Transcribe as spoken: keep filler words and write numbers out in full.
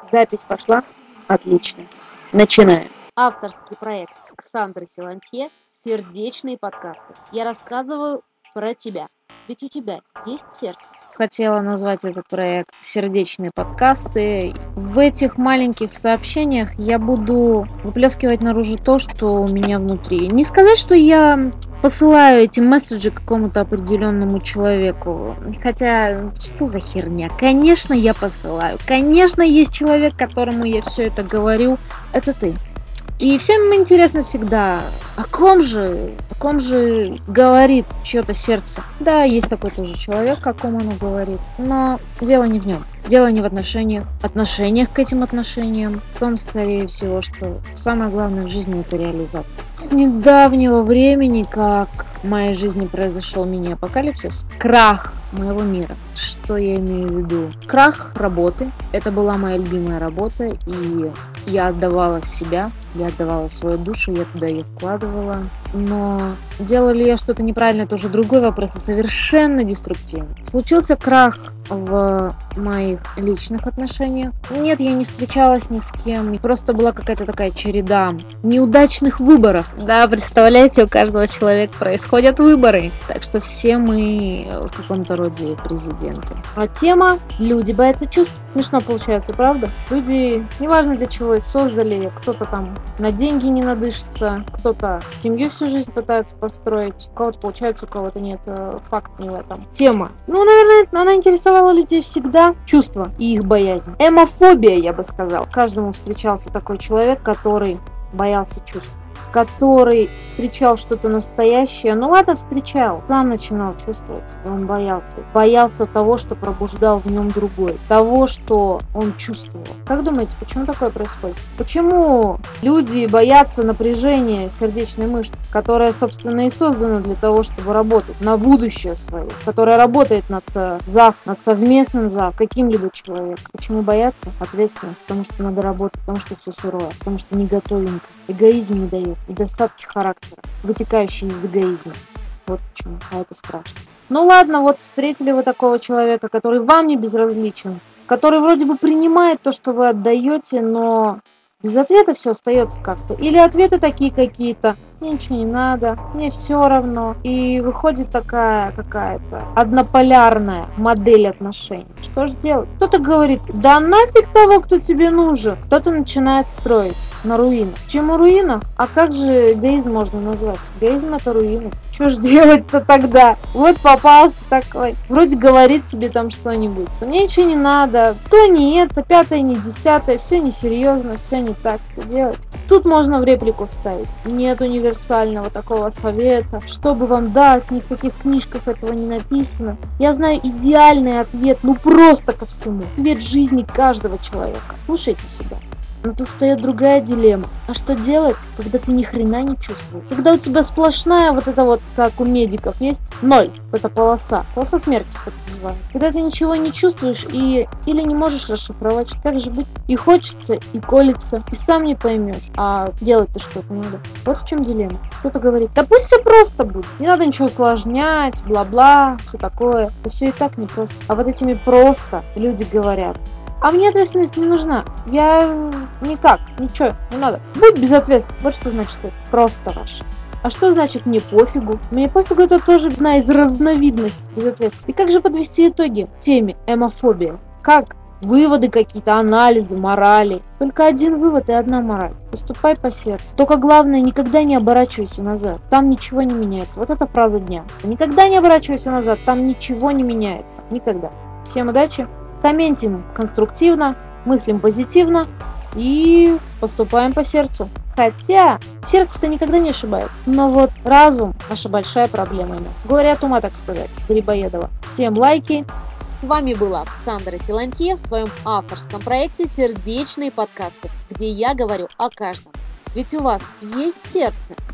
Запись пошла? Отлично. Начинаем. Авторский проект Оксандры Силантье «Сердечные подкасты». Я рассказываю про тебя. Ведь у тебя есть сердце. Хотела назвать этот проект «Сердечные подкасты». В этих маленьких сообщениях я буду выплескивать наружу то, что у меня внутри. Не сказать, что я посылаю эти месседжи какому-то определенному человеку. Хотя, что за херня? Конечно, я посылаю. Конечно, есть человек, которому я все это говорю. Это ты. И всем интересно всегда, о ком же, о ком же говорит чье-то сердце. Да, есть такой тоже человек, о ком оно говорит, но дело не в нем. Дело не в отношениях, отношениях к этим отношениям. В том, скорее всего, что самое главное в жизни – это реализация. С недавнего времени, как в моей жизни произошел мини-апокалипсис, крах моего мира. Что я имею в виду? Крах работы. Это была моя любимая работа, и я отдавала себя, я отдавала свою душу, я туда ее вкладывала. Но делала ли я что-то неправильно, это уже другой вопрос и совершенно деструктивный. Случился крах в моих личных отношениях. Нет, я не встречалась ни с кем. Просто была какая-то такая череда неудачных выборов. Да, представляете, у каждого человека происходят выборы. Так что все мы в каком-то роде президенты. А тема «Люди боятся чувств». Смешно получается, правда? Люди, неважно для чего их создали, кто-то там на деньги не надышится, кто-то семью всю жизнь пытается построить, у кого-то получается, у кого-то нет. Факт не в этом. Тема. Ну, наверное, она интересовала людей всегда. Чувства и их боязнь. Эмофобия, я бы сказал. Каждому встречался такой человек, который боялся чувств, который встречал что-то настоящее. Ну ладно, встречал. Сам начинал чувствовать, и он боялся. Боялся того, что пробуждал в нем другой. Того, что он чувствовал. Как думаете, почему такое происходит? Почему люди боятся напряжения сердечной мышцы, которая, собственно, и создана для того, чтобы работать на будущее свое, которая работает над зав, над совместным зав, каким-либо человеком? Почему боятся? Ответственность. Потому что надо работать, потому что все сырое, потому что не готовенько. Эгоизм не дает, недостатки характера, вытекающие из эгоизма. Вот почему, а это страшно. Ну ладно, вот встретили вы такого человека, который вам не безразличен, который вроде бы принимает то, что вы отдаете, но без ответа все остается как-то. Или ответы такие какие-то: мне ничего не надо, мне все равно. И выходит такая какая-то однополярная модель отношений. Что же делать? Кто-то говорит: да нафиг того, кто тебе нужен. Кто-то начинает строить на руинах. Чему руина? А как же эгоизм можно назвать? Эгоизм — это руина. Что ж делать-то тогда? Вот попался такой. Вроде говорит тебе там что-нибудь. Мне ничего не надо. То не это, пятое, не десятое. Все несерьезно, все не так. Что делать? Тут можно в реплику вставить: нет универсального такого совета, чтобы вам дать, ни в каких книжках этого не написано. Я знаю идеальный ответ, ну просто ко всему. Ответ жизни каждого человека. Слушайте себя. Но тут встает другая дилемма. А что делать, когда ты ни хрена не чувствуешь? Когда у тебя сплошная вот это вот, как у медиков есть, ноль. Это полоса. Полоса смерти, так называемая. Когда ты ничего не чувствуешь и или не можешь расшифровать, как же быть? И хочется, и колется, и сам не поймешь. А делать-то что-то надо. Вот в чем дилемма. Кто-то говорит: да пусть все просто будет. Не надо ничего усложнять, бла-бла, все такое. Да все и так непросто. А вот этими просто люди говорят: а мне ответственность не нужна. Я никак, ничего, не надо. Будь безответственным. Вот что значит это. Просто ваш. А что значит мне пофигу? Мне пофигу — это тоже одна из разновидностей безответственности. И как же подвести итоги теме эмофобия? Как? Выводы какие-то, анализы, морали. Только один вывод и одна мораль. Поступай по сердцу. Только главное, никогда не оборачивайся назад. Там ничего не меняется. Вот эта фраза дня. Никогда не оборачивайся назад. Там ничего не меняется. Никогда. Всем удачи. Комментим конструктивно, мыслим позитивно и поступаем по сердцу. Хотя сердце-то никогда не ошибает. Но вот разум – наша большая проблема. Говорят, ума, так сказать, Грибоедова. Всем лайки. С вами была Оксандра Силантье в своем авторском проекте «Сердечные подкасты», где я говорю о каждом. Ведь у вас есть сердце.